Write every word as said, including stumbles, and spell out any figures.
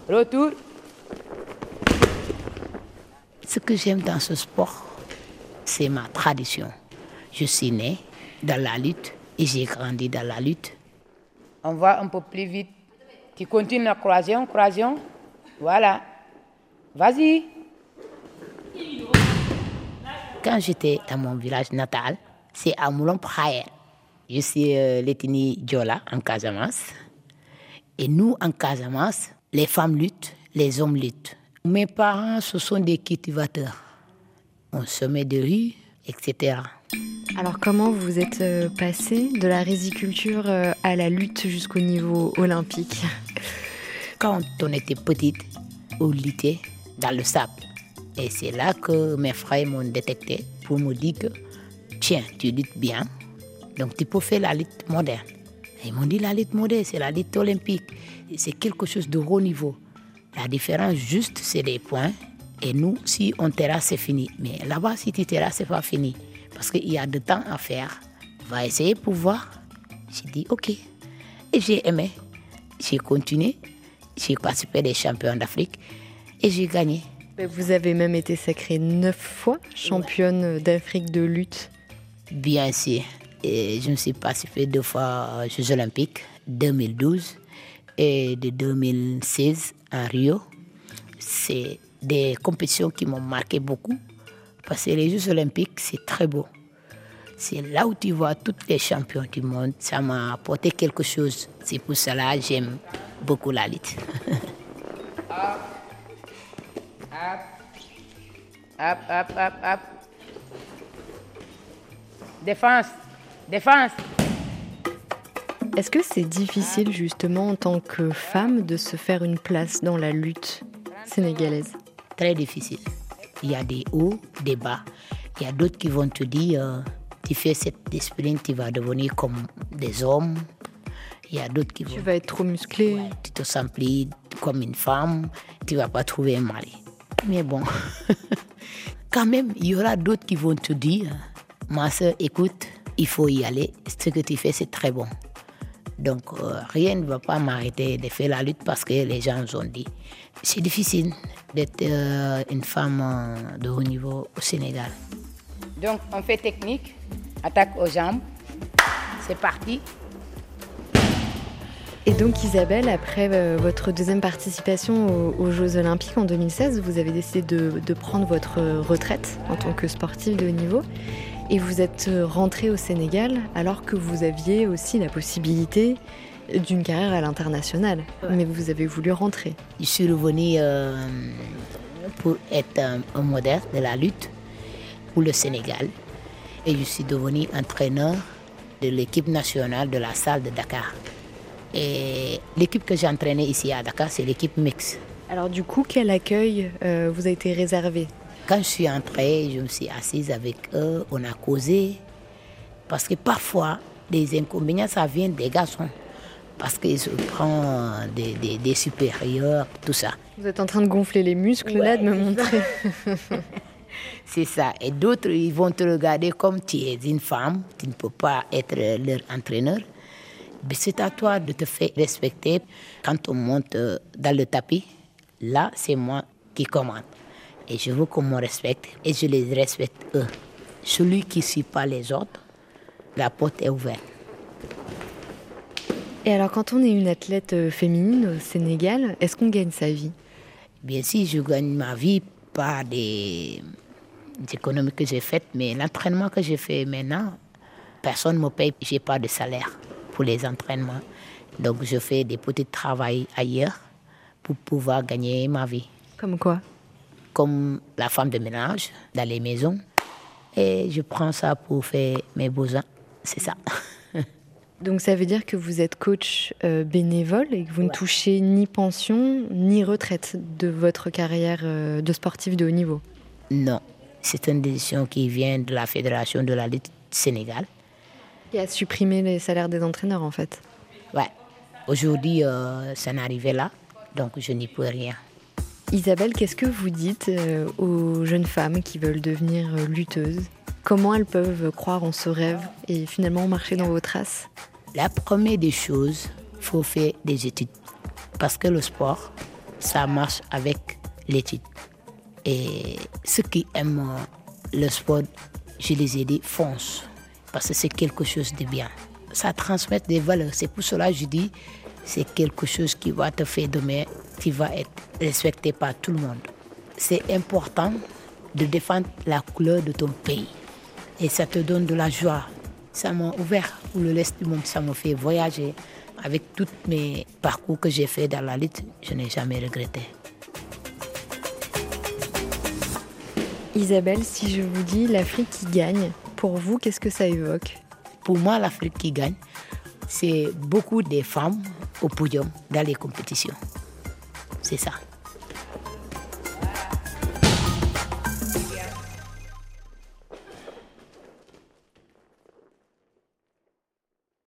Retour. Ce que j'aime dans ce sport, c'est ma tradition. Je suis née dans la lutte et j'ai grandi dans la lutte. On va un peu plus vite. Tu continues la croisation, croisation. Voilà. Vas-y. Quand j'étais dans mon village natal, c'est à Moulomprayer. Je suis euh, l'ethnie Diola en Casamance. Et nous, en Casamance, les femmes luttent, les hommes luttent. Mes parents, ce sont des cultivateurs. On se met de rue, et cetera. Alors comment vous êtes euh, passé de la riziculture euh, à la lutte jusqu'au niveau olympique? Quand on était petite, on luttait dans le sable. Et c'est là que mes frères m'ont détecté pour me dire que tiens, tu luttes bien, donc tu peux faire la lutte moderne. Et ils m'ont dit la lutte moderne, c'est la lutte olympique. C'est quelque chose de haut niveau. La différence juste, c'est les points. Et nous, si on terrasse, c'est fini. Mais là-bas, si tu terrasses, c'est pas fini. Parce qu'il y a de temps à faire. On va essayer pour voir. J'ai dit OK. Et j'ai aimé. J'ai continué. J'ai participé des champions d'Afrique. Et j'ai gagné. Vous avez même été sacrée neuf fois championne d'Afrique de lutte. Bien sûr. Et je me suis participé deux fois aux Jeux Olympiques, deux mille douze et de deux mille seize à Rio. C'est des compétitions qui m'ont marqué beaucoup parce que les Jeux Olympiques, c'est très beau. C'est là où tu vois tous les champions du monde. Ça m'a apporté quelque chose. C'est pour cela que j'aime beaucoup la lutte. Hop, hop, hop, hop, hop. Défense, défense. Est-ce que c'est difficile justement en tant que femme de se faire une place dans la lutte sénégalaise? Très difficile. Il y a des hauts, des bas. Il y a d'autres qui vont te dire, euh, tu fais cette discipline, tu vas devenir comme des hommes. Il y a d'autres qui vont... Tu vas être trop musclé. Ouais, tu te sens plus comme une femme, tu ne vas pas trouver un mari. Mais bon, quand même, il y aura d'autres qui vont te dire, ma soeur, écoute, il faut y aller, ce que tu fais, c'est très bon. Donc, euh, rien ne va pas m'arrêter de faire la lutte parce que les gens ont dit. C'est difficile d'être euh, une femme euh, de haut niveau au Sénégal. Donc, on fait technique, attaque aux jambes, c'est parti. Et donc Isabelle, après euh, votre deuxième participation aux, aux Jeux Olympiques en deux mille seize, vous avez décidé de, de prendre votre retraite en tant que sportive de haut niveau. Et vous êtes rentrée au Sénégal alors que vous aviez aussi la possibilité d'une carrière à l'international. Mais vous avez voulu rentrer. Je suis revenue euh, pour être un, un modèle de la lutte pour le Sénégal. Et je suis devenue entraîneur de l'équipe nationale de la salle de Dakar. Et l'équipe que j'ai entraînée ici à Dakar, c'est l'équipe mixte. Alors du coup, quel accueil euh, vous a été réservé? Quand je suis entrée, je me suis assise avec eux, on a causé. Parce que parfois, des inconvénients, ça vient des garçons. Parce qu'ils se prennent des, des, des supérieurs, tout ça. Vous êtes en train de gonfler les muscles ouais, là, de me montrer. C'est ça. Et d'autres, ils vont te regarder comme tu es une femme, tu ne peux pas être leur entraîneur. Mais c'est à toi de te faire respecter. Quand on monte dans le tapis, là, c'est moi qui commande. Et je veux qu'on me respecte et je les respecte eux. Celui qui ne suit pas les autres, la porte est ouverte. Et alors, quand on est une athlète féminine au Sénégal, est-ce qu'on gagne sa vie? Bien sûr, je gagne ma vie par des économies que j'ai faites, mais l'entraînement que j'ai fait maintenant, personne ne me paye, je n'ai pas de salaire pour les entraînements. Donc, je fais des petits travaux ailleurs pour pouvoir gagner ma vie. Comme quoi? Comme la femme de ménage dans les maisons. Et je prends ça pour faire mes besoins. C'est ça. Donc ça veut dire que vous êtes coach euh, bénévole et que vous ouais. ne touchez ni pension ni retraite de votre carrière euh, de sportif de haut niveau? Non. C'est une décision qui vient de la Fédération de la lutte Sénégal. Qui a supprimé les salaires des entraîneurs en fait? Ouais. Aujourd'hui, euh, ça n'arrivait là, donc je n'y peux rien. Isabelle, qu'est-ce que vous dites euh, aux jeunes femmes qui veulent devenir euh, lutteuses? Comment elles peuvent croire en ce rêve et finalement marcher dans vos traces? La première des choses, il faut faire des études. Parce que le sport, ça marche avec l'étude. Et ceux qui aiment le sport, je les ai dit, fonce, parce que c'est quelque chose de bien. Ça transmet des valeurs. C'est pour cela que je dis, c'est quelque chose qui va te faire demain, qui va être respecté par tout le monde. C'est important de défendre la couleur de ton pays. Et ça te donne de la joie. Ça m'a ouvert pour le reste du monde, ça m'a fait voyager. Avec tous mes parcours que j'ai fait dans la lutte, je n'ai jamais regretté. Isabelle, si je vous dis l'Afrique qui gagne, pour vous, qu'est-ce que ça évoque ? Pour moi, l'Afrique qui gagne, c'est beaucoup de femmes au podium dans les compétitions. C'est ça.